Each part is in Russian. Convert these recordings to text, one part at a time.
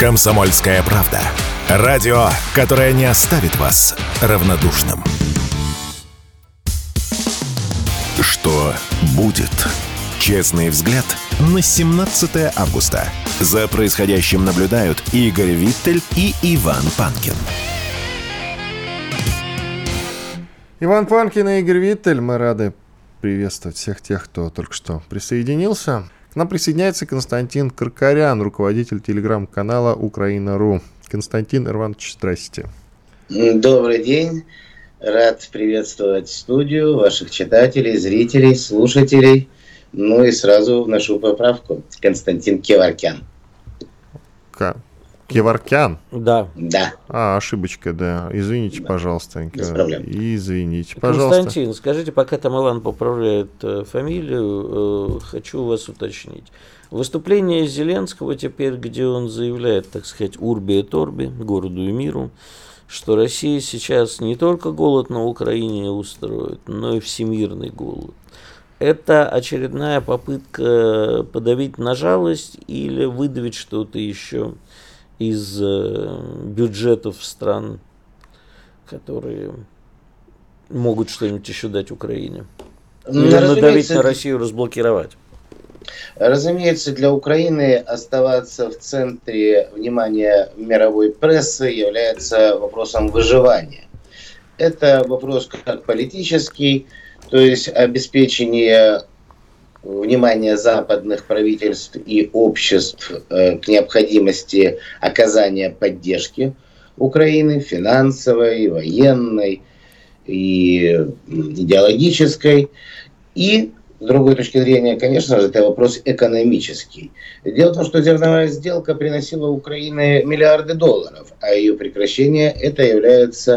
«Комсомольская правда». Радио, которое не оставит вас равнодушным. Что будет? Честный взгляд на 17 августа. За происходящим наблюдают Игорь Виттель и Иван Панкин. Иван Панкин и Игорь Виттель. Мы рады приветствовать всех тех, кто только что присоединился. К нам присоединяется Константин Каркарян, руководитель телеграм-канала «Украина.ру». Константин Иванович, здрасте. Добрый день. Рад приветствовать студию, ваших читателей, зрителей, слушателей. Ну и сразу вношу поправку. Константин Кеворкян. Кеворкян? Да. Ошибочка, да. Извините, пожалуйста. Без проблем. Извините, пожалуйста. Константин, скажите, пока там Иван поправляет фамилию, хочу вас уточнить. Выступление Зеленского теперь, где он заявляет, так сказать, урби et orbi, городу и миру, что Россия сейчас не только голод на Украине устроит, но и всемирный голод. Это очередная попытка подавить на жалость или выдавить что-то еще из бюджетов стран, которые могут что-нибудь еще дать Украине? Или надавить на Россию, разблокировать? Разумеется, для Украины оставаться в центре внимания мировой прессы является вопросом выживания. Это вопрос как политический, то есть обеспечение внимания западных правительств и обществ к необходимости оказания поддержки Украины, финансовой, военной и идеологической. И с другой точки зрения, конечно же, это вопрос экономический. Дело в том, что зерновая сделка приносила Украине миллиарды долларов, а ее прекращение это является,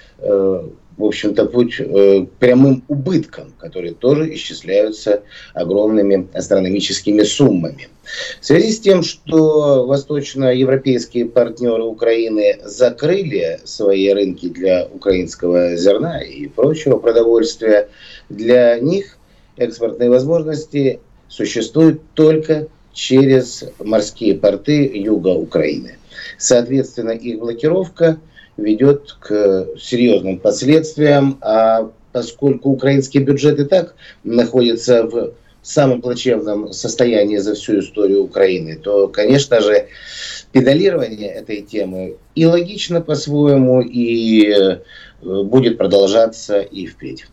в общем-то, путь к прямым убыткам, которые тоже исчисляются огромными астрономическими суммами. В связи с тем, что восточноевропейские партнеры Украины закрыли свои рынки для украинского зерна и прочего продовольствия, для них экспортные возможности существуют только через морские порты юга Украины. Соответственно, их блокировка ведет к серьезным последствиям, а поскольку украинский бюджет и так находится в самом плачевном состоянии за всю историю Украины, то, конечно же, педалирование этой темы и логично по-своему, и будет продолжаться и впредь.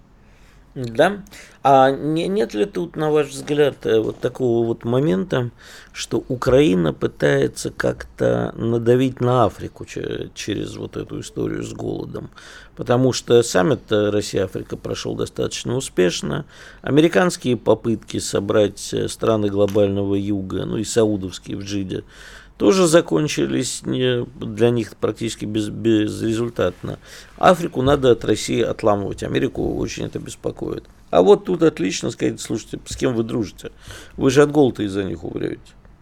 Да. А нет ли тут, на ваш взгляд, вот такого вот момента, что Украина пытается как-то надавить на Африку через вот эту историю с голодом? Потому что саммит Россия-Африка прошел достаточно успешно. Американские попытки собрать страны глобального юга, ну и саудовские в Джиде, тоже закончились для них практически безрезультатно. Африку надо от России отламывать, Америку очень это беспокоит. А вот тут отлично сказать, слушайте, с кем вы дружите? Вы же от голода из-за них умрете.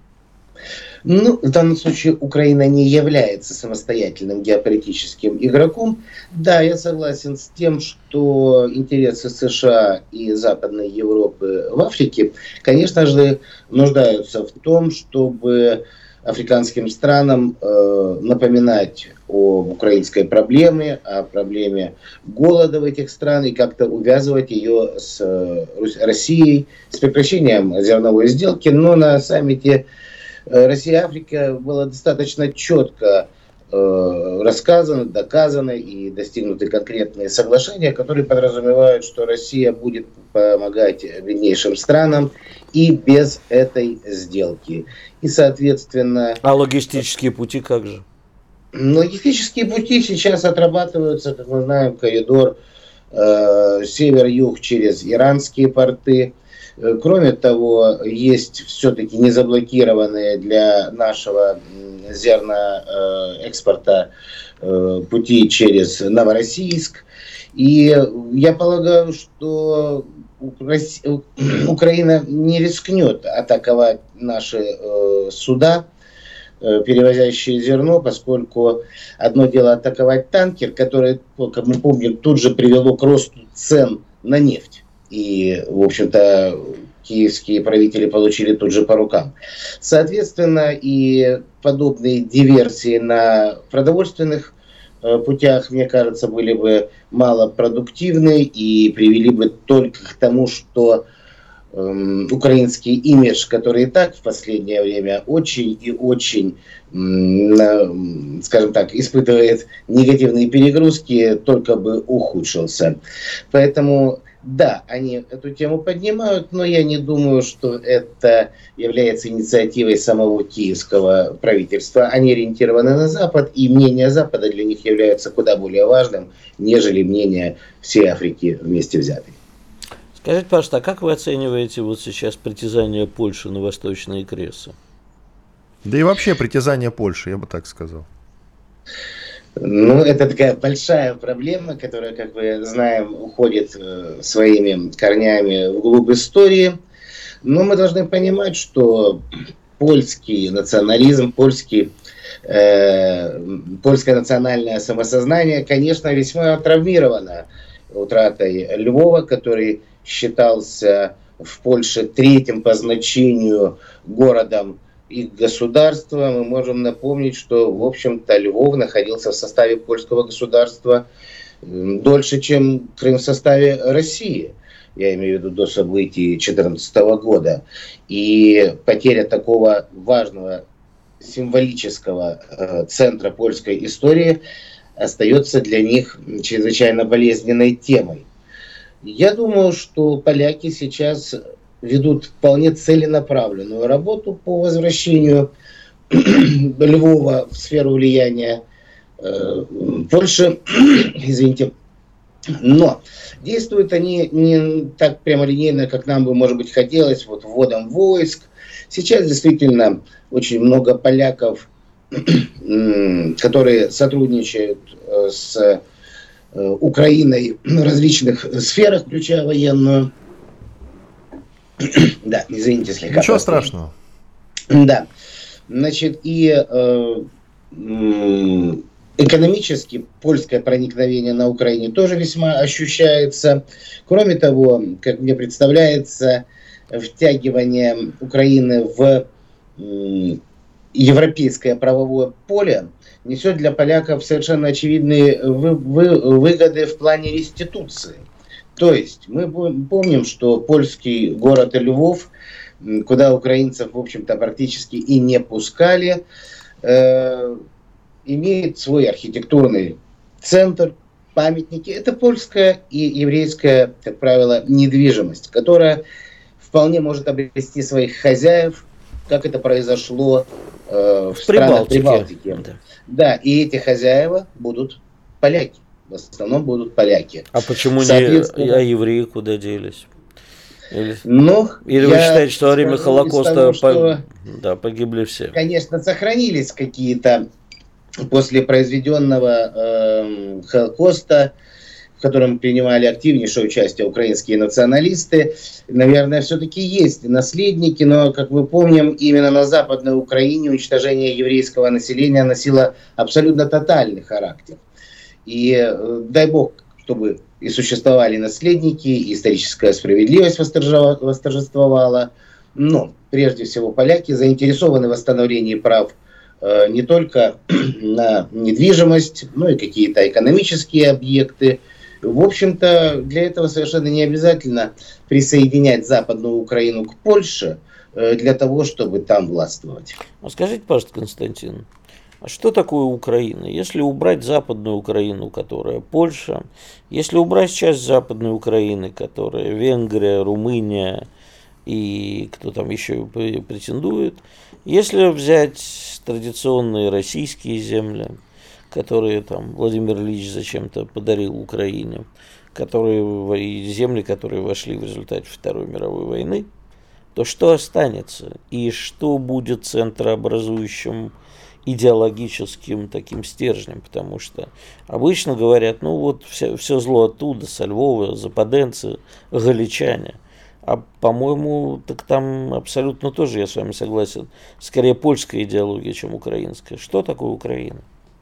Ну, в данном случае Украина не является самостоятельным геополитическим игроком. Да, я согласен с тем, что интересы США и Западной Европы в Африке, конечно же, нуждаются в том, чтобы африканским странам напоминать об украинской проблеме, о проблеме голода в этих странах и как-то увязывать ее с Россией, с прекращением зерновой сделки. Но на саммите Россия-Африка было достаточно четко рассказано, доказано и достигнуты конкретные соглашения, которые подразумевают, что Россия будет помогать беднейшим странам и без этой сделки. И, соответственно... А логистические пути как же? Логистические пути сейчас отрабатываются, как мы знаем, коридор север-юг через иранские порты. Кроме того, есть все-таки незаблокированные для нашего зерноэкспорта пути через Новороссийск. И я полагаю, что Украина не рискнет атаковать наши суда, перевозящие зерно, поскольку одно дело атаковать танкер, который, как мы помним, тут же привело к росту цен на нефть. И, в общем-то, киевские правители получили тут же по рукам. Соответственно, и подобные диверсии на продовольственных путях, мне кажется, были бы малопродуктивны и привели бы только к тому, что украинский имидж, который и так в последнее время очень и очень, скажем так, испытывает негативные перегрузки, только бы ухудшился. Поэтому, да, они эту тему поднимают, но я не думаю, что это является инициативой самого киевского правительства. Они ориентированы на Запад, и мнение Запада для них является куда более важным, нежели мнение всей Африки вместе взятой. Скажите, пожалуйста, а как вы оцениваете вот сейчас притязание Польши на восточные кресы? Да и вообще притязание Польши, я бы так сказал. Ну, это такая большая проблема, которая, как мы знаем, уходит своими корнями вглубь истории. Но мы должны понимать, что польский национализм, польское национальное самосознание, конечно, весьма травмировано утратой Львова, который считался в Польше третьим по значению городом и государства. Мы можем напомнить, что, в общем-то, Львов находился в составе польского государства дольше, чем Крым в составе России. Я имею в виду до событий 2014 года. И потеря такого важного символического центра польской истории остается для них чрезвычайно болезненной темой. Я думаю, что поляки сейчас ведут вполне целенаправленную работу по возвращению Львова в сферу влияния Польши, извините. Но действуют они не так прямолинейно, как нам бы, может быть, хотелось, вот вводом войск. Сейчас действительно очень много поляков, которые сотрудничают с Украиной в различных сферах, включая военную. Да, извините, слегка. Ничего страшного. Да. Значит, и экономически польское проникновение на Украине тоже весьма ощущается. Кроме того, как мне представляется, втягивание Украины в европейское правовое поле несет для поляков совершенно очевидные выгоды в плане реституции. То есть мы помним, что польский город Львов, куда украинцев, в общем-то, практически и не пускали, имеет свой архитектурный центр, памятники. Это польская и еврейская, как правило, недвижимость, которая вполне может обрести своих хозяев, как это произошло в странах Прибалтики. Да, и эти хозяева будут поляки. В основном будут поляки. А почему не евреи куда делись? Или вы считаете, что во время Холокоста погибли все? Конечно, сохранились какие-то после произведенного Холокоста, в котором принимали активнейшее участие украинские националисты. Наверное, все-таки есть наследники, но, как мы помним, именно на Западной Украине уничтожение еврейского населения носило абсолютно тотальный характер. И дай бог, чтобы и существовали наследники, и историческая справедливость восторжествовала. Но, прежде всего, поляки заинтересованы в восстановлении прав не только на недвижимость, но и какие-то экономические объекты. В общем-то, для этого совершенно не обязательно присоединять Западную Украину к Польше для того, чтобы там властвовать. Скажите, пожалуйста, Константин, а что такое Украина? Если убрать Западную Украину, которая Польша, если убрать часть Западной Украины, которая Венгрия, Румыния и кто там еще претендует, если взять традиционные российские земли, которые там Владимир Ильич зачем-то подарил Украине, земли, которые вошли в результате Второй мировой войны, то что останется? И что будет центрообразующим идеологическим таким стержнем? Потому что обычно говорят, все зло оттуда, со Львова, западенцы, галичане. А по-моему, так там абсолютно тоже, я с вами согласен, скорее польская идеология, чем украинская. Что такое Украина?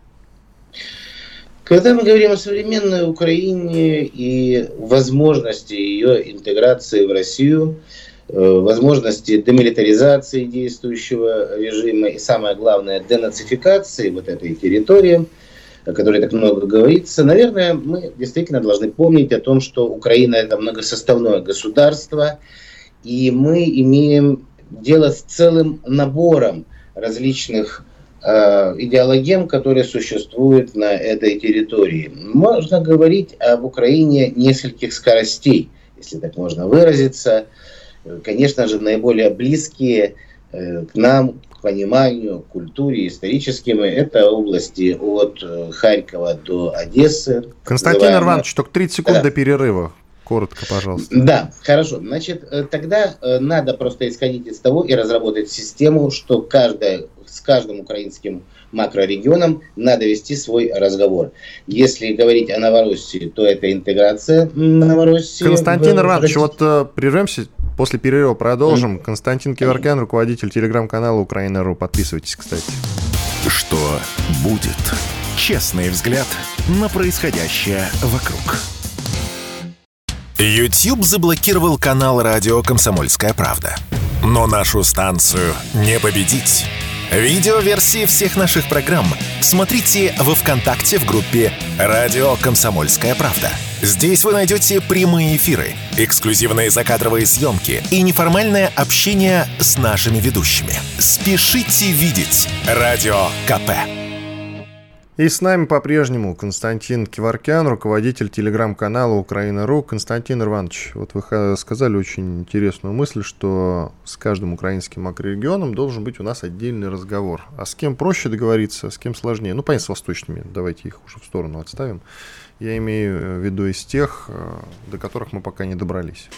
Когда мы говорим о современной Украине и возможности ее интеграции в Россию, возможности демилитаризации действующего режима и, самое главное, денацификации вот этой территории, о которой так много говорится. Наверное, мы действительно должны помнить о том, что Украина – это многосоставное государство, и мы имеем дело с целым набором различных идеологем, которые существуют на этой территории. Можно говорить об Украине нескольких скоростей, если так можно выразиться. Конечно же, наиболее близкие к нам, к пониманию, к культуре, историческим, это области от Харькова до Одессы. Константин Иванович, только 30 секунд до перерыва. Коротко, пожалуйста. Да, хорошо. Значит, тогда надо просто исходить из того и разработать систему, что с каждым украинским макрорегионом надо вести свой разговор. Если говорить о Новороссии, то это интеграция Новороссии. Константин Иванович, вот прервемся, после перерыва продолжим. Константин Кеворкян, руководитель телеграм-канала Украина.ру. Подписывайтесь, кстати. Что будет? Честный взгляд на происходящее вокруг. YouTube заблокировал канал радио «Комсомольская правда». Но нашу станцию не победить. Видеоверсии всех наших программ смотрите во ВКонтакте в группе «Радио Комсомольская правда». Здесь вы найдете прямые эфиры, эксклюзивные закадровые съемки и неформальное общение с нашими ведущими. Спешите видеть Радио КП. И с нами по-прежнему Константин Кеворкян, руководитель телеграм-канала Украина.ру. Константин Иванович, вот вы сказали очень интересную мысль, что с каждым украинским макрорегионом должен быть у нас отдельный разговор. А с кем проще договориться, с кем сложнее? Ну, понятно, с восточными, давайте их уже в сторону отставим. Я имею в виду из тех, до которых мы пока не добрались.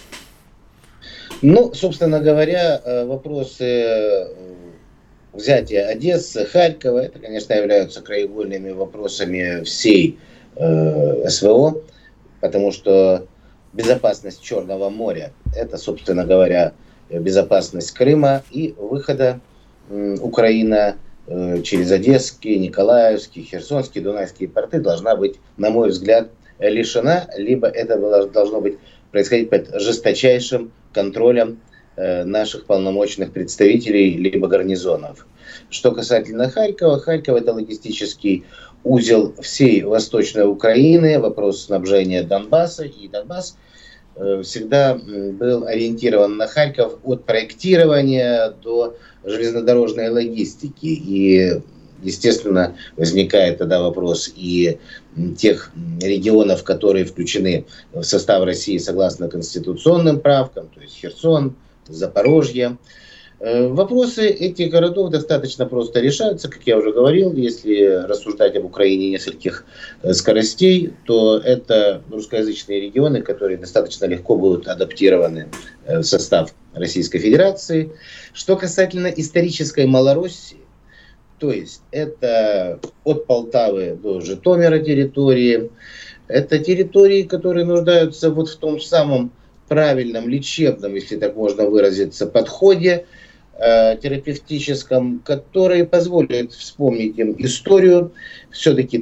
Ну, собственно говоря, вопросы взятия Одессы, Харькова, это, конечно, являются краеугольными вопросами всей СВО, потому что безопасность Черного моря – это, собственно говоря, безопасность Крыма и выхода Украины через Одесские, Николаевские, Херсонские, Дунайские порты должна быть, на мой взгляд, лишена, либо это должно быть происходить под жесточайшим контролем наших полномочных представителей либо гарнизонов. Что касательно Харькова, Харьков – это логистический узел всей Восточной Украины, вопрос снабжения Донбасса, и Донбасс всегда был ориентирован на Харьков от проектирования до железнодорожной логистики. И, естественно, возникает тогда вопрос и тех регионов, которые включены в состав России согласно конституционным правкам, то есть Херсон, Запорожье. Вопросы этих городов достаточно просто решаются, как я уже говорил. Если рассуждать об Украине нескольких скоростей, то это русскоязычные регионы, которые достаточно легко будут адаптированы в состав Российской Федерации. Что касательно исторической Малороссии, то есть это от Полтавы до Житомира территории, это территории, которые нуждаются вот в том самом правильном, лечебном, если так можно выразиться, подходе терапевтическом, который позволит вспомнить им историю. Все-таки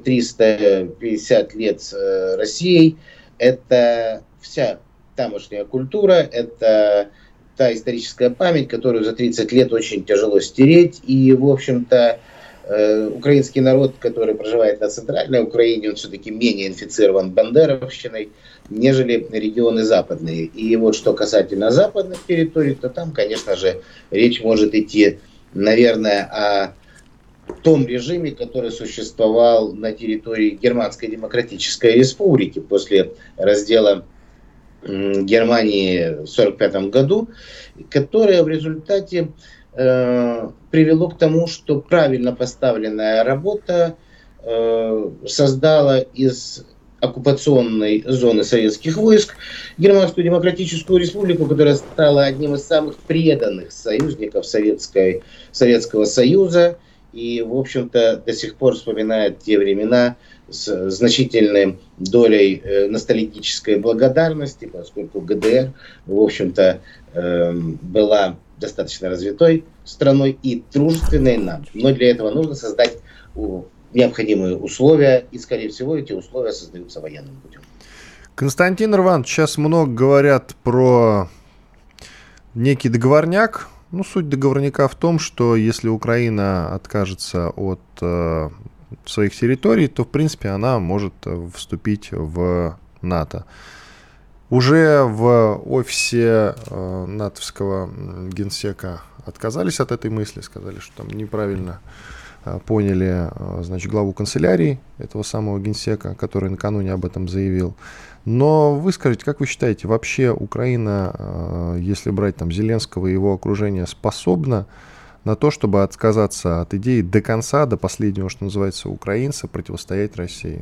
350 лет с Россией. Это вся тамошняя культура, это та историческая память, которую за 30 лет очень тяжело стереть. И, в общем-то, украинский народ, который проживает на центральной Украине, он все-таки менее инфицирован бандеровщиной, нежели регионы западные. И вот что касательно западных территорий, то там, конечно же, речь может идти, наверное, о том режиме, который существовал на территории Германской Демократической Республики после раздела Германии в 1945 году, которое в результате привело к тому, что правильно поставленная работа создала из оккупационной зоны советских войск Германскую Демократическую Республику, которая стала одним из самых преданных союзников Советского Союза и, в общем-то, до сих пор вспоминает те времена с значительной долей ностальгической благодарности, поскольку ГДР, в общем-то, была достаточно развитой страной и дружественной нам. Но для этого нужно создать необходимые условия, и, скорее всего, эти условия создаются военным путем. Константин Иванович, сейчас много говорят про некий договорняк. Суть договорняка в том, что если Украина откажется от своих территорий, то, в принципе, она может вступить в НАТО. Уже в офисе натовского генсека отказались от этой мысли, сказали, что там неправильно поняли, значит, главу канцелярии этого самого генсека, который накануне об этом заявил. Но вы скажите, как вы считаете, вообще Украина, если брать там Зеленского и его окружение, способна на то, чтобы отказаться от идеи до конца, до последнего, что называется, украинца, противостоять России?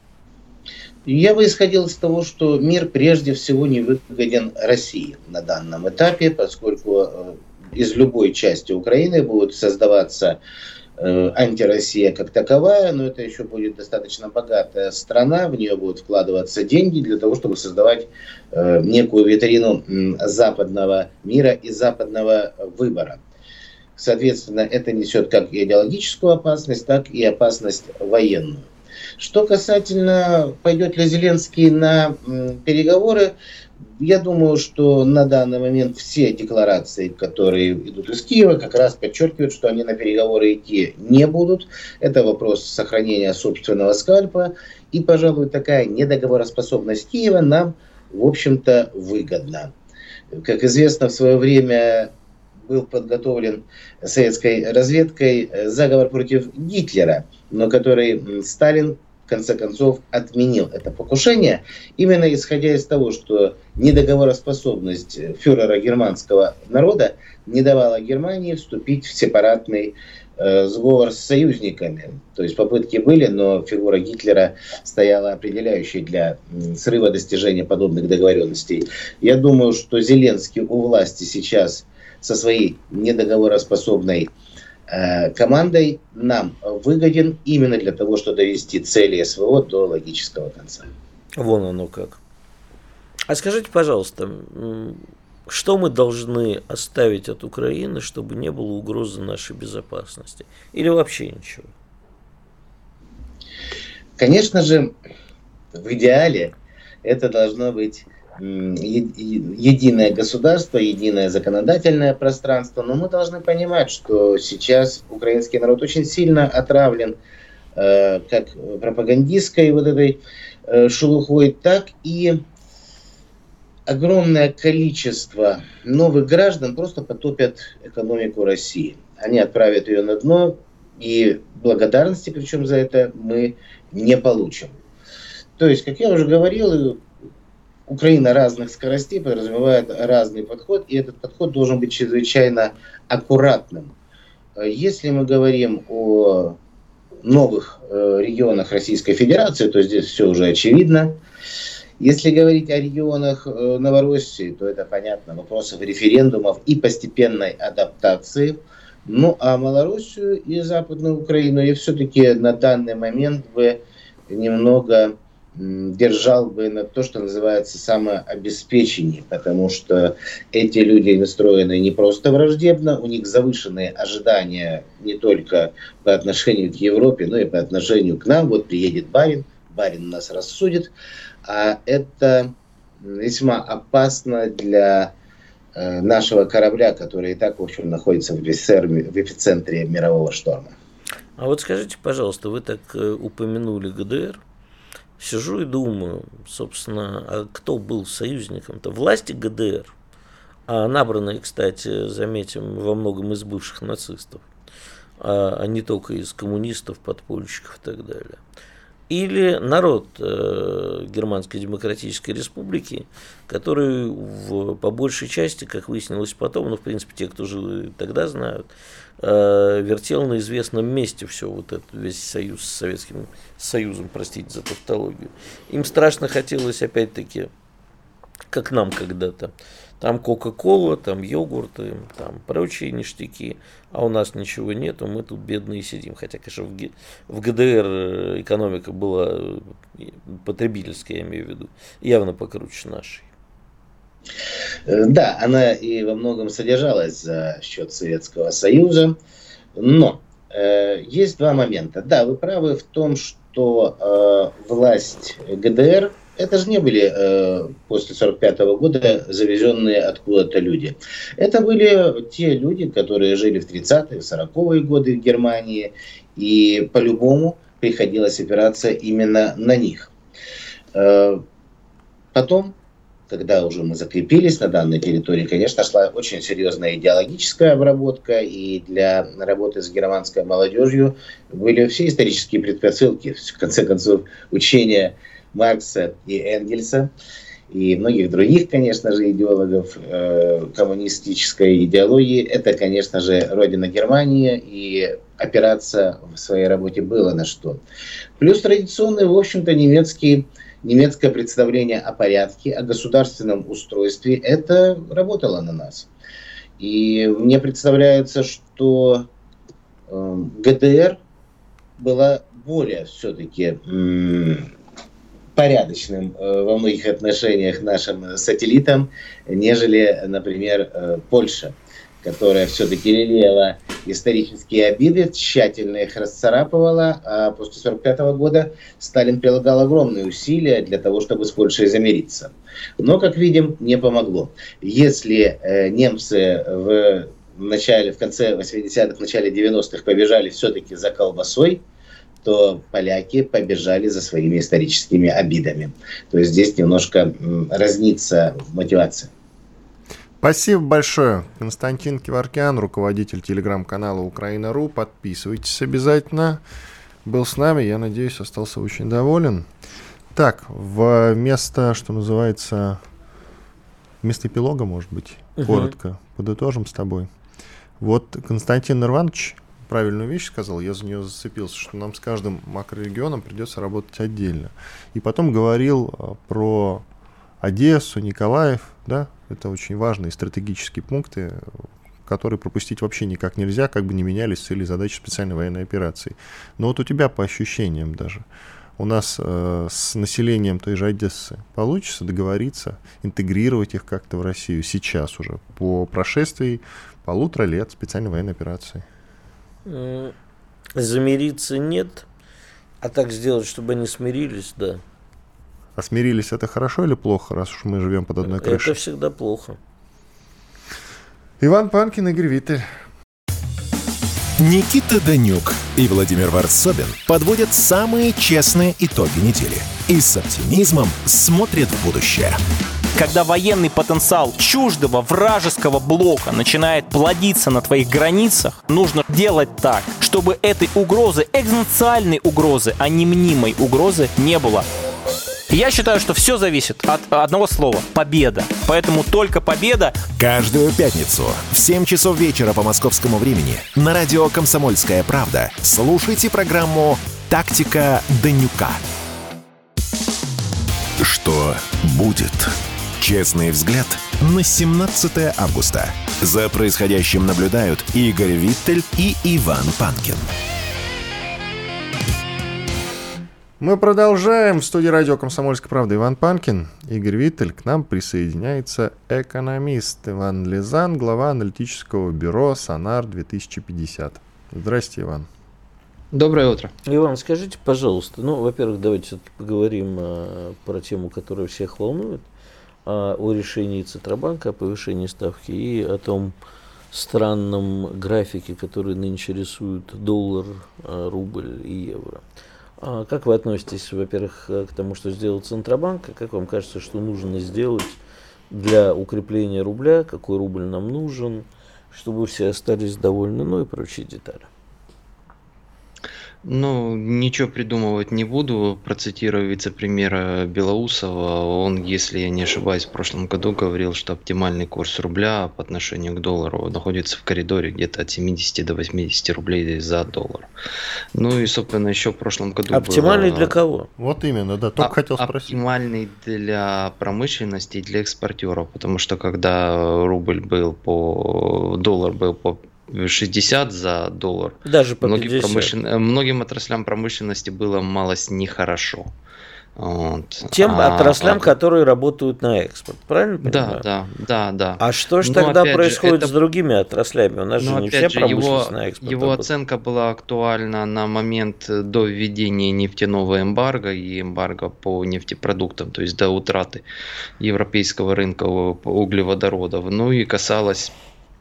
Я бы исходил из того, что мир прежде всего не выгоден России на данном этапе, поскольку из любой части Украины будет создаваться антироссия как таковая, но это еще будет достаточно богатая страна, в нее будут вкладываться деньги для того, чтобы создавать некую витрину западного мира и западного выбора. Соответственно, это несет как идеологическую опасность, так и опасность военную. Что касательно, пойдет ли Зеленский на переговоры, я думаю, что на данный момент все декларации, которые идут из Киева, как раз подчеркивают, что они на переговоры идти не будут. Это вопрос сохранения собственного скальпа. И, пожалуй, такая недоговороспособность Киева нам, в общем-то, выгодна. Как известно, в свое время был подготовлен советской разведкой заговор против Гитлера, но который Сталин в конце концов отменил это покушение, именно исходя из того, что недоговороспособность фюрера германского народа не давала Германии вступить в сепаратный сговор с союзниками. То есть попытки были, но фигура Гитлера стояла определяющей для срыва достижения подобных договоренностей. Я думаю, что Зеленский у власти сейчас со своей недоговороспособной командой нам выгоден именно для того, чтобы довести цели СВО до логического конца. Вон оно как. А скажите, пожалуйста, что мы должны оставить от Украины, чтобы не было угрозы нашей безопасности? Или вообще ничего? Конечно же, в идеале это должно быть единое государство, единое законодательное пространство, но мы должны понимать, что сейчас украинский народ очень сильно отравлен как пропагандистской вот этой шелухой, так и огромное количество новых граждан просто потопят экономику России. Они отправят ее на дно, и благодарности, причем за это, мы не получим. То есть, как я уже говорил, Украина разных скоростей подразумевает разный подход, и этот подход должен быть чрезвычайно аккуратным. Если мы говорим о новых регионах Российской Федерации, то здесь все уже очевидно. Если говорить о регионах Новороссии, то это, понятно, вопросов референдумов и постепенной адаптации. Ну, а Малороссию и Западную Украину я все-таки на данный момент бы немного держал бы на то, что называется самообеспечение, потому что эти люди настроены не просто враждебно, у них завышенные ожидания не только по отношению к Европе, но и по отношению к нам. Вот приедет барин нас рассудит, а это весьма опасно для нашего корабля, который и так, в общем, находится в эпицентре мирового шторма. А вот скажите, пожалуйста, вы так упомянули ГДР. Сижу и думаю, собственно, а кто был союзником-то? Власти ГДР, а набранные, кстати, заметим, во многом из бывших нацистов, а не только из коммунистов, подпольщиков и так далее. Или народ Германской Демократической Республики, который по большей части, как выяснилось потом, в принципе, те, кто жил тогда, знают, вертел на известном месте все вот это, весь союз с Советским Союзом, простите за тавтологию. Им страшно хотелось, опять-таки, как нам когда-то, там Кока-Кола, там йогурты, там прочие ништяки, а у нас ничего нету, мы тут бедные сидим. Хотя, конечно, в ГДР экономика была потребительская, я имею в виду, явно покруче нашей. Да, она и во многом содержалась за счет Советского Союза, но есть два момента. Да, вы правы в том, что власть ГДР Это же не были после 1945 года завезенные откуда-то люди. Это были те люди, которые жили в 30-е, 40-е годы в Германии, и по-любому приходилось опираться именно на них. Потом, когда уже мы закрепились на данной территории, конечно, шла очень серьезная идеологическая обработка, и для работы с германской молодежью были все исторические предпосылки, в конце концов, учения Маркса и Энгельса, и многих других, конечно же, идеологов коммунистической идеологии. Это, конечно же, родина Германии, и опираться в своей работе было на что. Плюс традиционный, в общем-то, немецкое представление о порядке, о государственном устройстве, это работало на нас. И мне представляется, что ГДР была более все-таки порядочным во многих отношениях нашим сателлитом, нежели, например, Польша, которая все-таки лелеяла исторические обиды, тщательно их расцарапывала, а после 1945 года Сталин прилагал огромные усилия для того, чтобы с Польшей замириться. Но, как видим, не помогло. Если немцы в конце 80-х, начале 90-х побежали все-таки за колбасой, то поляки побежали за своими историческими обидами. То есть здесь немножко разнится мотивация. Спасибо большое. Константин Кеворкян, руководитель телеграм-канала Украина.ру. Подписывайтесь обязательно. Был с нами, я надеюсь, остался очень доволен. Так, вместо, что называется, вместо эпилога, может быть, коротко подытожим с тобой. Вот Константин Иванович правильную вещь сказал, я за нее зацепился, что нам с каждым макрорегионом придется работать отдельно. И потом говорил про Одессу, Николаев, да, это очень важные стратегические пункты, которые пропустить вообще никак нельзя, как бы ни менялись цели и задачи специальной военной операции. Но вот у тебя по ощущениям даже, у нас с населением той же Одессы получится договориться, интегрировать их как-то в Россию сейчас уже, по прошествии 1,5 лет специальной военной операции? Замириться нет, а так сделать, чтобы они смирились, да. А смирились — это хорошо или плохо, раз уж мы живем под одной крышей? Это всегда плохо. Иван Панкин, Игорь Виттель. Никита Данюк и Владимир Варсобин подводят самые честные итоги недели и с оптимизмом смотрят в будущее. Когда военный потенциал чуждого вражеского блока начинает плодиться на твоих границах, нужно делать так, чтобы этой угрозы, экзистенциальной угрозы, а не мнимой угрозы не было. Я считаю, что все зависит от одного слова – победа. Поэтому только победа. Каждую пятницу в 7 часов вечера по московскому времени на радио «Комсомольская правда» слушайте программу «Тактика Данюка». Что будет? Честный взгляд на 17 августа. За происходящим наблюдают Игорь Виттель и Иван Панкин. Мы продолжаем. В студии радио «Комсомольская правда» Иван Панкин, Игорь Виттель. К нам присоединяется экономист Иван Лизан, глава аналитического бюро «Сонар-2050». Здрасте, Иван. Доброе утро. Иван, скажите, пожалуйста, во-первых, давайте все-таки поговорим про тему, которая всех волнует, о решении Центробанка, о повышении ставки и о том странном графике, который нынче рисует доллар, рубль и евро. Как вы относитесь, во-первых, к тому, что сделал Центробанк? Как вам кажется, что нужно сделать для укрепления рубля? Какой рубль нам нужен? Чтобы все остались довольны, и прочие детали. Ничего придумывать не буду. Процитирую вице-премьера Белоусова. Он, если я не ошибаюсь, в прошлом году говорил, что оптимальный курс рубля по отношению к доллару находится в коридоре где-то от 70 до 80 рублей за доллар. И, собственно, еще в прошлом году оптимальный для кого? Вот именно, да, только хотел спросить. Оптимальный для промышленности и для экспортеров, потому что когда доллар был по 60 за доллар. Даже по 50. Многим отраслям промышленности было малость нехорошо. Вот. Тем отраслям, которые работают на экспорт, правильно понимаю? Да. А что же Но тогда опять же, происходит это- с другими отраслями? У нас же Но не вся опять же, промышленность на экспорт его работает. оценка была актуальна на момент до введения нефтяного эмбарго и эмбарго по нефтепродуктам, то есть до утраты европейского рынка углеводородов. Ну и касалась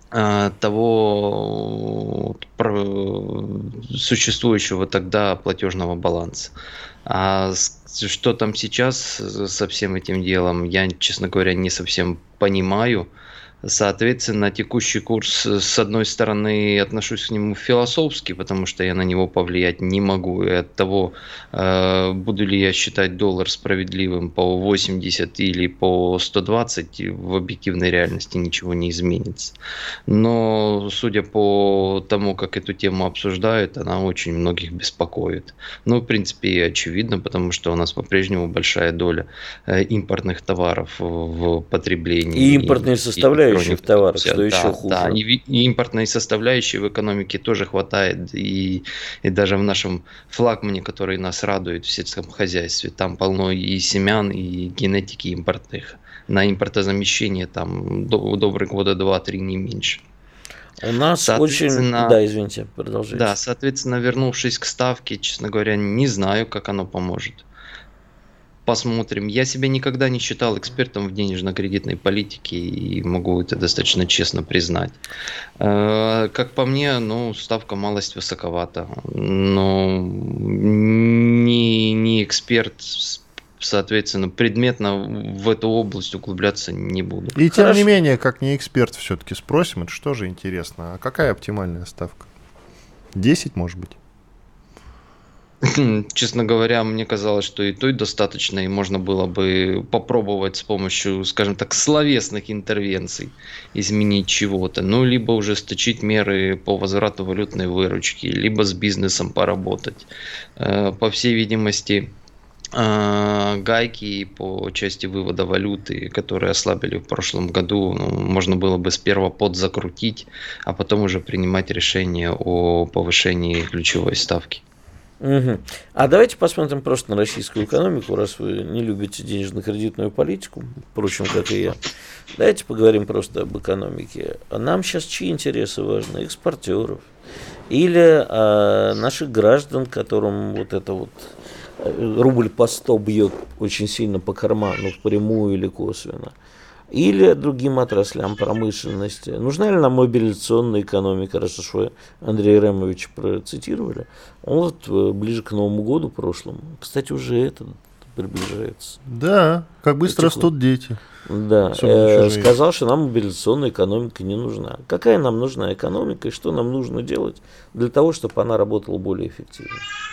того существующего тогда платежного баланса. Что там сейчас со всем этим делом, я, честно говоря, не совсем понимаю. Соответственно, текущий курс, с одной стороны, отношусь к нему философски, потому что я на него повлиять не могу. И от того, буду ли я считать доллар справедливым по 80 или по 120, в объективной реальности ничего не изменится. Но, судя по тому, как эту тему обсуждают, она очень многих беспокоит. Ну, в принципе, и очевидно, потому что у нас по-прежнему большая доля импортных товаров в потреблении. И импортные составляющие в товарах, что еще хуже. Да, и импортной составляющей в экономике тоже хватает. И даже в нашем флагмане, который нас радует в сельском хозяйстве, там полно и семян, и генетики импортных. На импортозамещение там добрых года 2-3, не меньше. У нас очень... Да, извините, продолжайте. Да, соответственно, вернувшись к ставке, честно говоря, не знаю, как оно поможет. Посмотрим. Я себя никогда не считал экспертом в денежно-кредитной политике и могу это достаточно честно признать. Как по мне, ставка малость высоковата. Но не эксперт, соответственно, предметно в эту область углубляться не буду. И тем не менее, как не эксперт, все-таки спросим, это что же интересно, а какая оптимальная ставка? 10, может быть? Честно говоря, мне казалось, что и той достаточно, и можно было бы попробовать с помощью, скажем так, словесных интервенций изменить чего-то. Либо ужесточить меры по возврату валютной выручки, либо с бизнесом поработать. По всей видимости, гайки по части вывода валюты, которые ослабили в прошлом году, можно было бы сперва подзакрутить, а потом уже принимать решение о повышении ключевой ставки. Угу. А давайте посмотрим просто на российскую экономику, раз вы не любите денежно-кредитную политику, впрочем, как и я. Давайте поговорим просто об экономике. Нам сейчас чьи интересы важны? Экспортеров или наших граждан, которым вот это вот рубль по 100 бьет очень сильно по карману, впрямую или косвенно? Или другим отраслям промышленности. Нужна ли нам мобилизационная экономика, раз уж вы Андрея Ремовича процитировали? Он ближе к Новому году прошлому, кстати, уже это приближается. Да, как быстро растут дети. Да, сказал, что нам мобилизационная экономика не нужна. Какая нам нужна экономика и что нам нужно делать для того, чтобы она работала более эффективно?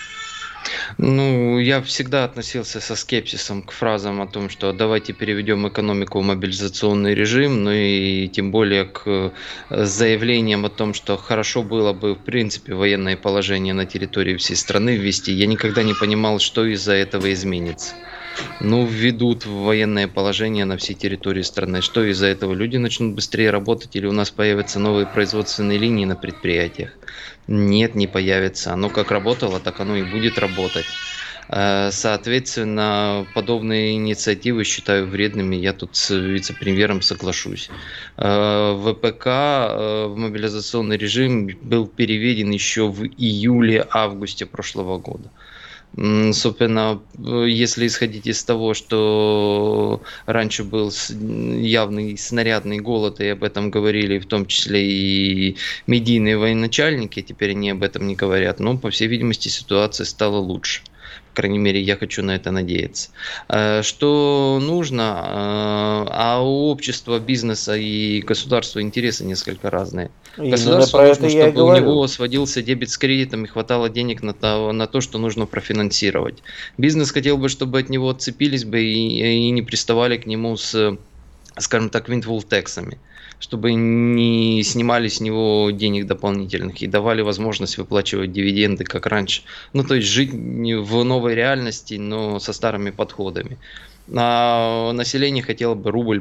Я всегда относился со скепсисом к фразам о том, что давайте переведем экономику в мобилизационный режим, и тем более к заявлениям о том, что хорошо было бы в принципе военное положение на территории всей страны ввести. Я никогда не понимал, что из-за этого изменится. Введут в военное положение на всей территории страны. Что из-за этого? Люди начнут быстрее работать или у нас появятся новые производственные линии на предприятиях? Нет, не появится. Оно как работало, так оно и будет работать. Соответственно, подобные инициативы считаю вредными. Я тут с вице-премьером соглашусь. ВПК в мобилизационный режим был переведен еще в июле-августе прошлого года. Собственно, если исходить из того, что раньше был явный снарядный голод, и об этом говорили в том числе и медийные военачальники, теперь они об этом не говорят, но, по всей видимости, ситуация стала лучше. По крайней мере, я хочу на это надеяться. Что нужно? А у общества, бизнеса и государства интересы несколько разные. Государству нужно, чтобы у него сводился дебет с кредитом и хватало денег на то, что нужно профинансировать. Бизнес хотел бы, чтобы от него отцепились бы и не приставали к нему с, скажем так, windfall-тексами, чтобы не снимали с него денег дополнительных и давали возможность выплачивать дивиденды, как раньше. То есть жить в новой реальности, но со старыми подходами. А население хотело бы рубль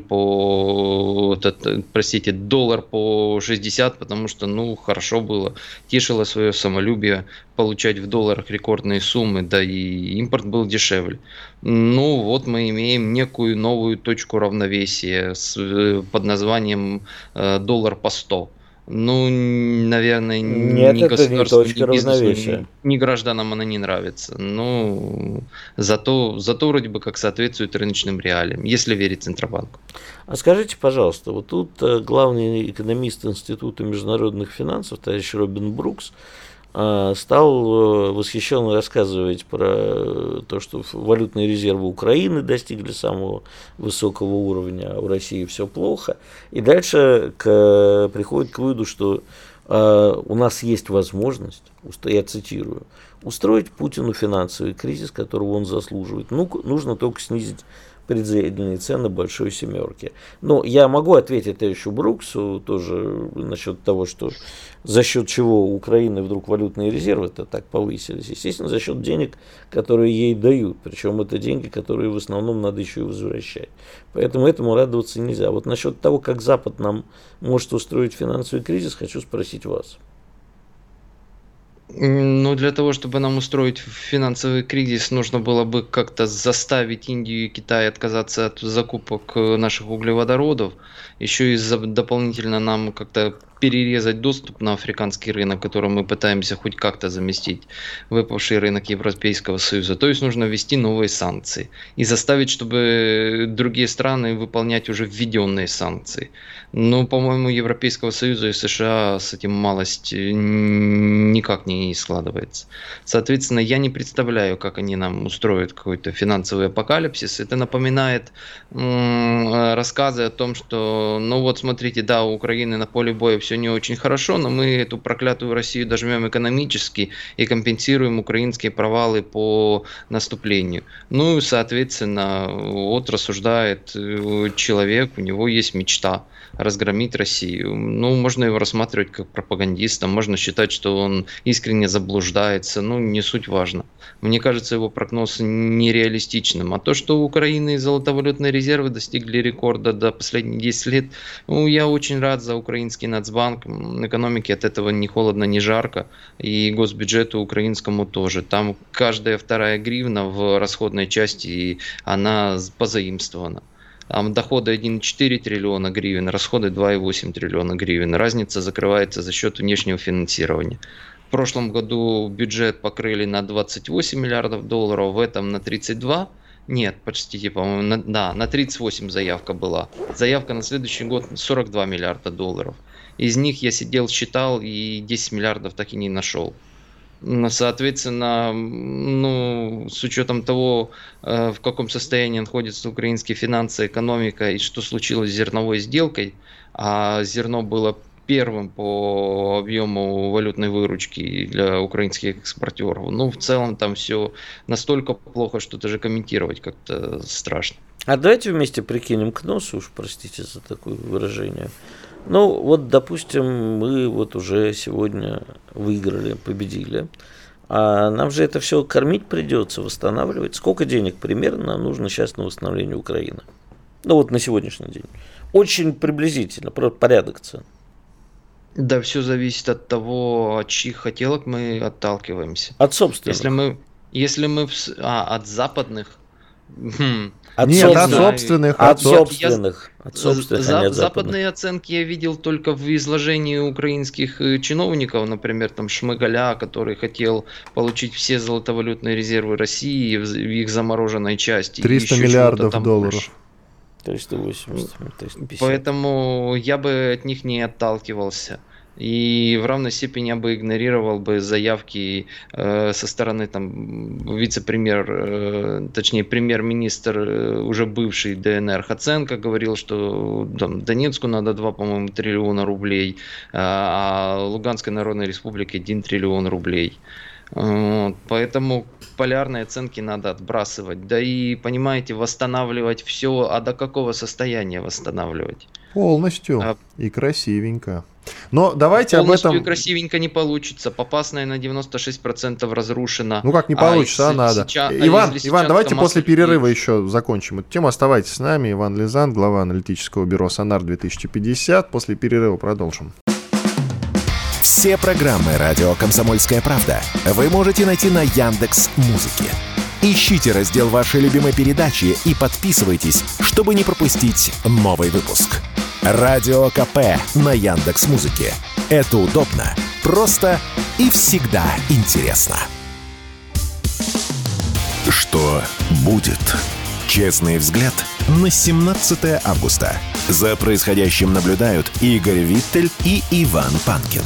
доллар по 60, потому что, хорошо было, тешило свое самолюбие получать в долларах рекордные суммы, да и импорт был дешевле. Вот мы имеем некую новую точку равновесия под названием доллар по 100. Наверное, Нет, ни это не государству, точка ни бизнесу, равновесия. ни гражданам она не нравится. Зато вроде бы как соответствует рыночным реалиям, если верить Центробанку. А скажите, пожалуйста, вот тут главный экономист Института международных финансов, товарищ Робин Брукс, стал восхищенно рассказывать про то, что валютные резервы Украины достигли самого высокого уровня, а в России все плохо. И дальше приходит к выводу, что у нас есть возможность, я цитирую, устроить Путину финансовый кризис, которого он заслуживает. Нужно только снизить предельные цены большой семерки. Но я могу ответить товарищу Бруксу тоже насчет того, что за счет чего у Украины вдруг валютные резервы-то так повысились. Естественно, за счет денег, которые ей дают. Причем это деньги, которые в основном надо еще и возвращать. Поэтому этому радоваться нельзя. Вот насчет того, как Запад нам может устроить финансовый кризис, хочу спросить вас. Для того, чтобы нам устроить финансовый кризис, нужно было бы как-то заставить Индию и Китай отказаться от закупок наших углеводородов. Еще и дополнительно нам как-то перерезать доступ на африканский рынок, которым мы пытаемся хоть как-то заместить выпавший рынок Европейского Союза. То есть нужно ввести новые санкции и заставить, чтобы другие страны выполнять уже введенные санкции. Но, по-моему, Европейского Союза и США с этим малость никак не складывается. Соответственно, я не представляю, как они нам устроят какой-то финансовый апокалипсис. Это напоминает рассказы о том, что, смотрите, да, у Украины на поле боя все не очень хорошо, но мы эту проклятую Россию дожмем экономически и компенсируем украинские провалы по наступлению. Соответственно, рассуждает человек, у него есть мечта разгромить Россию. Можно его рассматривать как пропагандиста, можно считать, что он искренне заблуждается, не суть важно. Мне кажется, его прогноз нереалистичным. А то, что у Украины золотовалютные резервы достигли рекорда до последних 10 лет, я очень рад за украинский Нацбанк. Экономике от этого ни холодно, ни жарко. И госбюджету украинскому тоже. Там каждая вторая гривна в расходной части, она позаимствована. Там доходы 1,4 триллиона гривен, расходы 2,8 триллиона гривен. Разница закрывается за счет внешнего финансирования. В прошлом году бюджет покрыли на 28 миллиардов долларов, в этом на 32. Нет, почти, по-моему, на 38 заявка была. Заявка на следующий год 42 миллиарда долларов. Из них я сидел, считал и 10 миллиардов так и не нашел. Соответственно, с учетом того, в каком состоянии находятся украинские финансы, экономика и что случилось с зерновой сделкой, а зерно было первым по объему валютной выручки для украинских экспортеров. В целом там все настолько плохо, что даже комментировать как-то страшно. А давайте вместе прикинем к носу, уж простите за такое выражение. Допустим, мы уже сегодня выиграли, победили. А нам же это все кормить придется, восстанавливать. Сколько денег примерно нужно сейчас на восстановление Украины? На сегодняшний день. Очень приблизительно, просто порядок цен. Да, все зависит от того, от чьих хотелок мы отталкиваемся. От собственных. Если мы от западных. От собственных. Западные оценки я видел только в изложении украинских чиновников, например, там Шмыгаля, который хотел получить все золотовалютные резервы России в их замороженной части. 300 миллиардов долларов. 380, 350. Поэтому я бы от них не отталкивался. И в равной степени я бы игнорировал бы заявки со стороны премьер-министр, уже бывший ДНР Хаценко говорил, что Донецку надо 2, по-моему, триллиона рублей, а Луганской Народной Республике 1 триллион рублей. Поэтому полярные оценки надо отбрасывать. Да и, понимаете, восстанавливать все, а до какого состояния восстанавливать? Полностью и красивенько. Но давайте полностью об этом... красивенько не получится. Попасная на 96% разрушена. Ну как не получится, надо. Иван, давайте после перерыва еще закончим эту тему. Оставайтесь с нами. Иван Лизан, глава аналитического бюро «Сонар-2050». После перерыва продолжим. Все программы «Радио Комсомольская правда» вы можете найти на Яндекс.Музыке. Ищите раздел вашей любимой передачи и подписывайтесь, чтобы не пропустить новый выпуск. Радио КП на Яндекс.Музыке. Это удобно, просто и всегда интересно. Что будет? Честный взгляд на 17 августа. За происходящим наблюдают Игорь Виттель и Иван Панкин.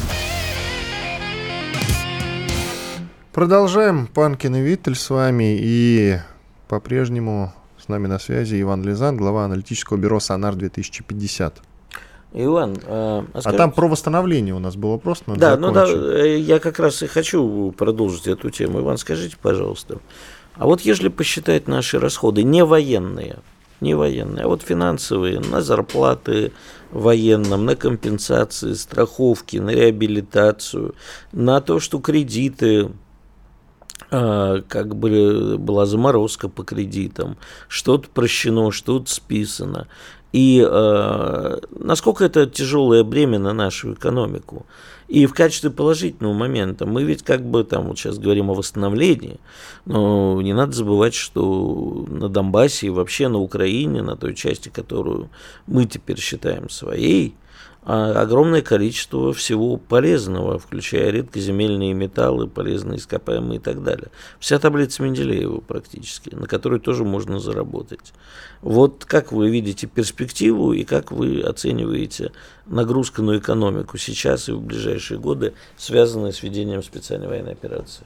Продолжаем. Панкин и Виттель с вами. И по-прежнему с нами на связи Иван Лизан, глава аналитического бюро «Сонар-2050». Иван, а там про восстановление у нас был вопрос. Да, я как раз и хочу продолжить эту тему. Иван, скажите, пожалуйста, а вот если посчитать наши расходы не военные, а вот финансовые, на зарплаты военным, на компенсации, страховки, на реабилитацию, на то, что кредиты, как бы была заморозка по кредитам, что-то прощено, что-то списано. И насколько это тяжелое бремя на нашу экономику. И в качестве положительного момента мы ведь как бы там вот сейчас говорим о восстановлении, но не надо забывать, что на Донбассе и вообще на Украине, на той части, которую мы теперь считаем своей, огромное количество всего полезного, включая редкоземельные металлы, полезные ископаемые и так далее. Вся таблица Менделеева практически, на которой тоже можно заработать. Вот как вы видите перспективу и как вы оцениваете нагрузку на экономику сейчас и в ближайшие годы, связанные с ведением специальной военной операции?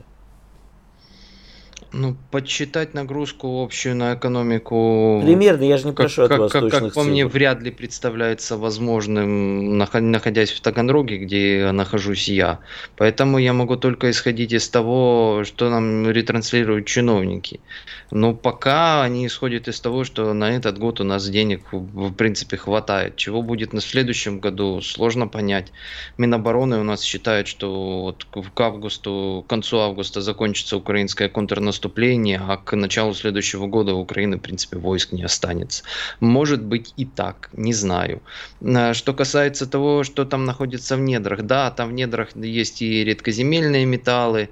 Ну, подсчитать нагрузку общую на экономику... Примерно, я же не прошу от вас точных цифр. Как по мне, вряд ли представляется возможным, находясь в Таганроге, где нахожусь я. Поэтому я могу только исходить из того, что нам ретранслируют чиновники. Но пока они исходят из того, что на этот год у нас денег в принципе хватает. Чего будет на следующем году, сложно понять. Минобороны у нас считают, что вот к концу августа закончится украинское контрнаступление, а к началу следующего года у Украины, в принципе, войск не останется. Может быть и так, не знаю. Что касается того, что там находится в недрах, да, там в недрах есть и редкоземельные металлы,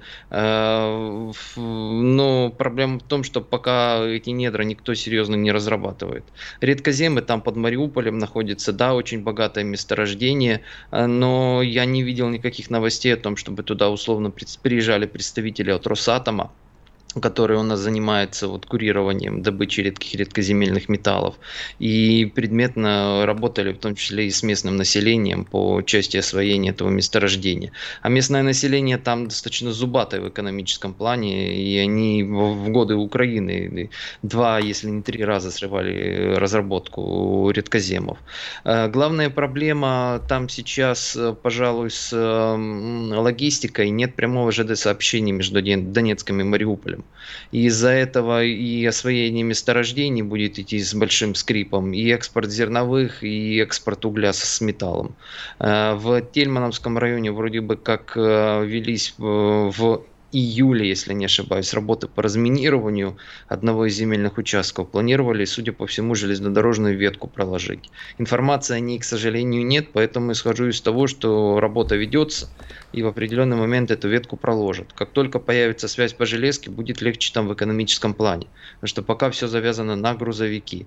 но проблема в том, что пока эти недра никто серьезно не разрабатывает. Редкоземы там под Мариуполем находятся, да, очень богатое месторождение, но я не видел никаких новостей о том, чтобы туда условно приезжали представители от Росатома, который у нас занимается вот курированием добычи редкоземельных металлов, и предметно работали в том числе и с местным населением по части освоения этого месторождения. А местное население там достаточно зубатое в экономическом плане, и они в годы Украины 2, если не 3 раза срывали разработку редкоземов. Главная проблема там сейчас, пожалуй, с логистикой. Нет прямого ЖД-сообщения между Донецком и Мариуполем. И из-за этого и освоение месторождений будет идти с большим скрипом, и экспорт зерновых, и экспорт угля с металлом. В Тельмановском районе вроде бы как велись в июле, если не ошибаюсь, работы по разминированию одного из земельных участков. Планировали, судя по всему, железнодорожную ветку проложить. Информации о ней, к сожалению, нет, поэтому исхожу из того, что работа ведется, и в определенный момент эту ветку проложат. Как только появится связь по железке, будет легче там в экономическом плане, потому что пока все завязано на грузовики.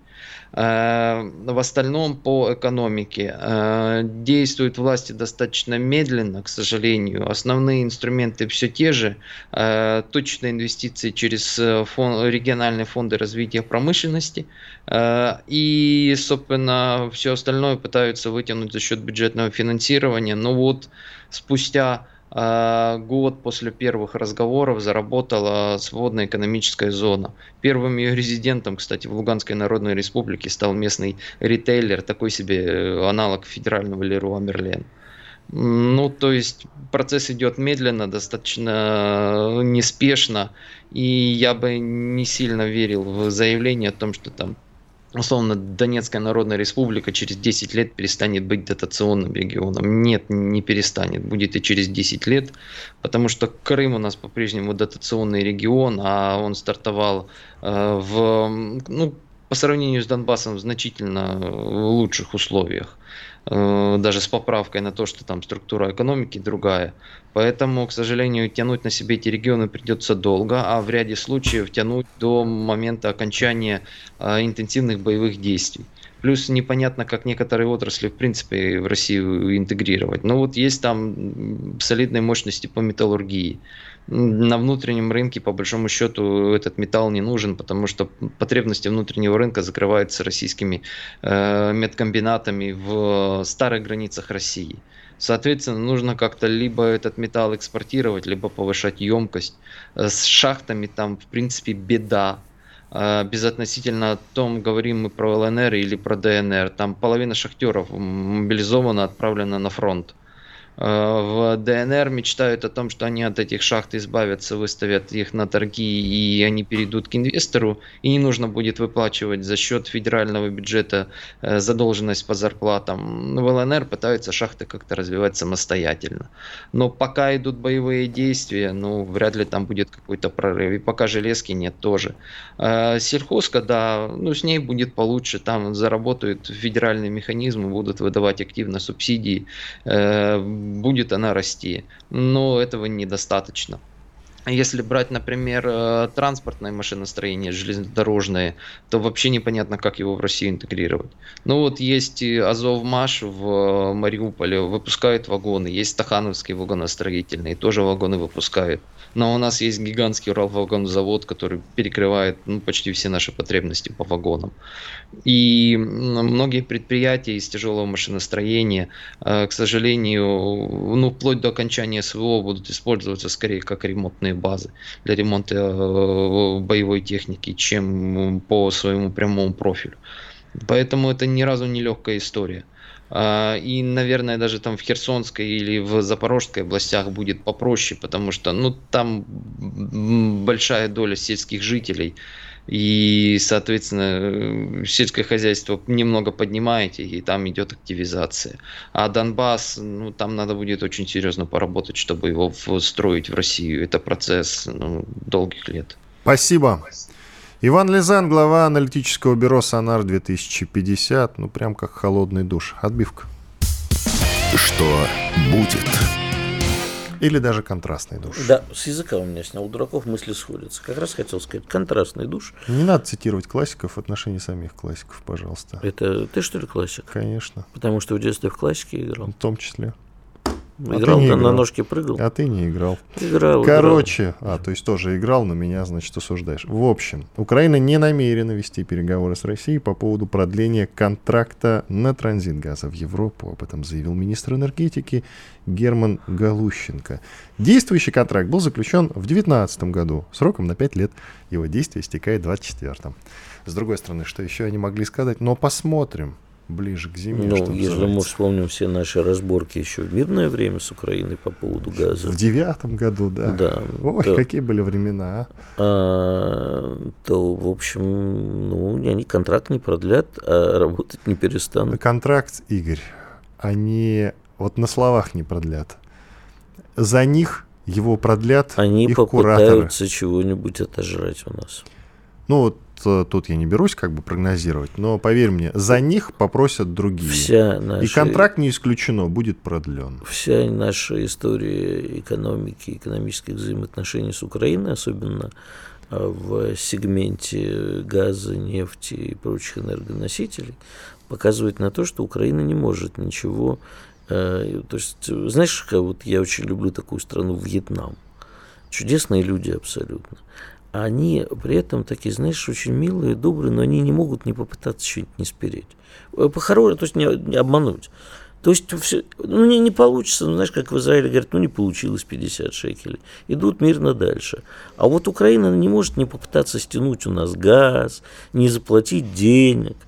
В остальном по экономике действуют власти достаточно медленно, к сожалению. Основные инструменты все те же. Точные инвестиции через региональные фонды развития промышленности, и, собственно, все остальное пытаются вытянуть за счет бюджетного финансирования. Но вот спустя год после первых разговоров заработала свободная экономическая зона. Первым ее резидентом, кстати, в Луганской Народной Республике стал местный ритейлер, такой себе аналог федерального Леруа Мерлен. Ну, то есть процесс идет медленно, достаточно неспешно, и я бы не сильно верил в заявление о том, что там условно, Донецкая Народная Республика через 10 лет перестанет быть дотационным регионом. Нет, не перестанет. Будет и через 10 лет, потому что Крым у нас по-прежнему дотационный регион, а он стартовал по сравнению с Донбассом в значительно лучших условиях. Даже с поправкой на то, что там структура экономики другая. Поэтому, к сожалению, тянуть на себе эти регионы придется долго, а в ряде случаев тянуть до момента окончания интенсивных боевых действий. Плюс непонятно, как некоторые отрасли, в принципе, в Россию интегрировать. Но вот есть там солидные мощности по металлургии. На внутреннем рынке, по большому счету, этот металл не нужен, потому что потребности внутреннего рынка закрываются российскими медкомбинатами в старых границах России. Соответственно, нужно как-то либо этот металл экспортировать, либо повышать емкость. С шахтами там, в принципе, беда. Безотносительно о том, говорим мы про ЛНР или про ДНР. Там половина шахтеров мобилизована, отправлена на фронт. В ДНР мечтают о том, что они от этих шахт избавятся, выставят их на торги, и они перейдут к инвестору, и не нужно будет выплачивать за счет федерального бюджета задолженность по зарплатам. В ЛНР пытаются шахты как-то развивать самостоятельно. Но пока идут боевые действия, вряд ли там будет какой-то прорыв. И пока железки нет тоже. Сельхозка, да, с ней будет получше. Там заработают федеральные механизмы, будут выдавать активно субсидии, будет она расти, но этого недостаточно. Если брать, например, транспортное машиностроение, железнодорожное, то вообще непонятно, как его в Россию интегрировать. Есть Азовмаш в Мариуполе, выпускают вагоны, есть Стахановский вагоностроительный, тоже вагоны выпускают. Но у нас есть гигантский Уралвагонзавод, который перекрывает почти все наши потребности по вагонам. И многие предприятия из тяжелого машиностроения, к сожалению, вплоть до окончания СВО будут использоваться скорее как ремонтные базы для ремонта боевой техники, чем по своему прямому профилю. Поэтому это ни разу не легкая история. И, наверное, даже там в Херсонской или в Запорожской областях будет попроще, потому что там большая доля сельских жителей. И, соответственно, сельское хозяйство немного поднимаете, и там идет активизация. А Донбасс, там надо будет очень серьезно поработать, чтобы его встроить в Россию. Это процесс долгих лет. Спасибо. Иван Лизан, глава аналитического бюро «Сонар-2050». Прям как холодный душ. Отбивка. Что будет? Или даже контрастный душ. Да, с языка у меня снял. У дураков мысли сходятся. Как раз хотел сказать, контрастный душ. Не надо цитировать классиков в отношении самих классиков, пожалуйста. Это ты, что ли, классик? Конечно. Потому что в детстве в классике играл. В том числе. Играл, на ножке прыгал. А ты не играл. Играл. Короче, то есть тоже играл, но меня, значит, осуждаешь. В общем, Украина не намерена вести переговоры с Россией по поводу продления контракта на транзит газа в Европу. Об этом заявил министр энергетики Герман Галущенко. Действующий контракт был заключен в 2019 году сроком на 5 лет. Его действие истекает в 2024. С другой стороны, что еще они могли сказать? Но посмотрим. Ближе к зиме. Если мы вспомним все наши разборки еще в мирное время с Украиной по поводу газа. В 2009 году, да. Ой, какие были времена. То, в общем, они контракт не продлят, а работать не перестанут. Контракт, Игорь, они на словах не продлят. За них его продлят они их попытаются чего-нибудь отожрать у нас. Тут я не берусь прогнозировать, но поверь мне, за них попросят другие. И контракт не исключено, будет продлен. Вся наша история экономики, экономических взаимоотношений с Украиной, особенно в сегменте газа, нефти и прочих энергоносителей, показывает на то, что Украина не может ничего. То есть, знаешь, я очень люблю такую страну, Вьетнам. Чудесные люди абсолютно. Они при этом такие, знаешь, очень милые, добрые, но они не могут не попытаться что-нибудь не спереть. По-хорошему, то есть не обмануть. То есть все, не получится, знаешь, как в Израиле говорят, не получилось 50 шекелей. Идут мирно дальше. А вот Украина не может не попытаться стянуть у нас газ, не заплатить денег.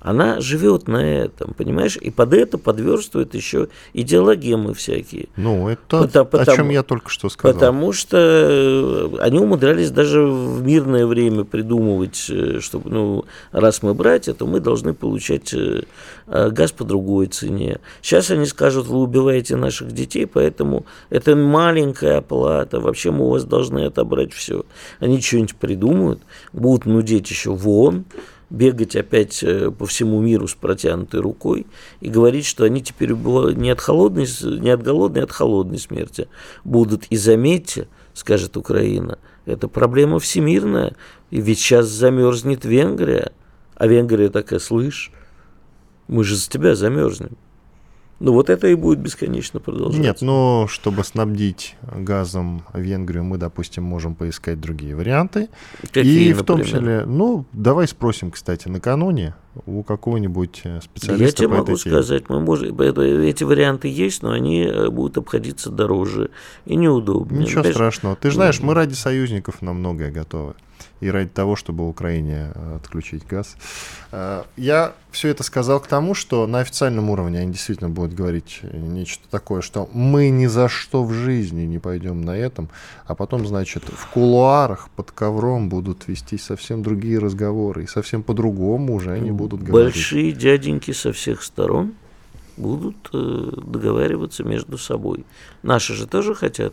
она живет на этом, понимаешь? И под это подверстывают еще идеологемы всякие. Ну, это о чем я только что сказал. Потому что они умудрялись даже в мирное время придумывать, чтобы, раз мы братья, то мы должны получать газ по другой цене. Сейчас они скажут, вы убиваете наших детей, поэтому это маленькая оплата, вообще мы у вас должны отобрать все. Они что-нибудь придумают, будут нудеть еще в ООН, бегать опять по всему миру с протянутой рукой и говорить, что они теперь не от голодной, а от холодной смерти будут. И заметьте, скажет Украина, это проблема всемирная, и ведь сейчас замерзнет Венгрия, а Венгрия такая, слышь, мы же за тебя замерзнем. Вот это и будет бесконечно продолжаться. Нет, чтобы снабдить газом Венгрию, мы, допустим, можем поискать другие варианты. Какие, и в том числе, давай спросим, кстати, накануне у какого-нибудь специалиста. Я тебе могу сказать, эти варианты есть, но они будут обходиться дороже и неудобнее. Ничего страшного. Ты же знаешь, мы ради союзников на многое готовы. И ради того, чтобы Украине отключить газ. Я все это сказал к тому, что на официальном уровне они действительно будут говорить нечто такое, что мы ни за что в жизни не пойдем на этом, а потом, значит, в кулуарах под ковром будут вестись совсем другие разговоры, и совсем по-другому уже они будут говорить. Большие дяденьки со всех сторон будут договариваться между собой. Наши же тоже хотят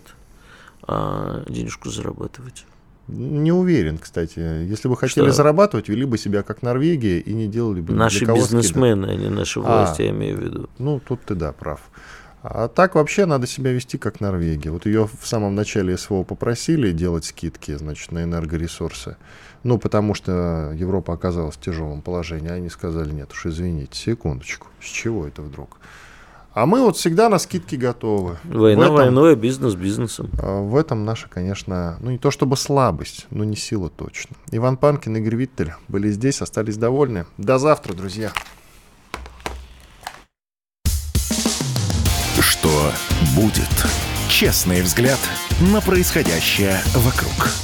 денежку зарабатывать. Не уверен, кстати. Если бы хотели зарабатывать, вели бы себя как Норвегия и не делали бы... Наши бизнесмены, а не наши власти, я имею в виду. Тут ты, прав. А так вообще надо себя вести как Норвегия. Вот ее в самом начале СВО попросили делать скидки, значит, на энергоресурсы. Потому что Европа оказалась в тяжелом положении. Они сказали, нет уж, извините, секундочку, с чего это вдруг? А мы всегда на скидки готовы. Война войной, а бизнес бизнесом. В этом наша, конечно, не то чтобы слабость, но не сила точно. Иван Панкин, Игорь Виттель были здесь, остались довольны. До завтра, друзья. Что будет? Честный взгляд на происходящее вокруг.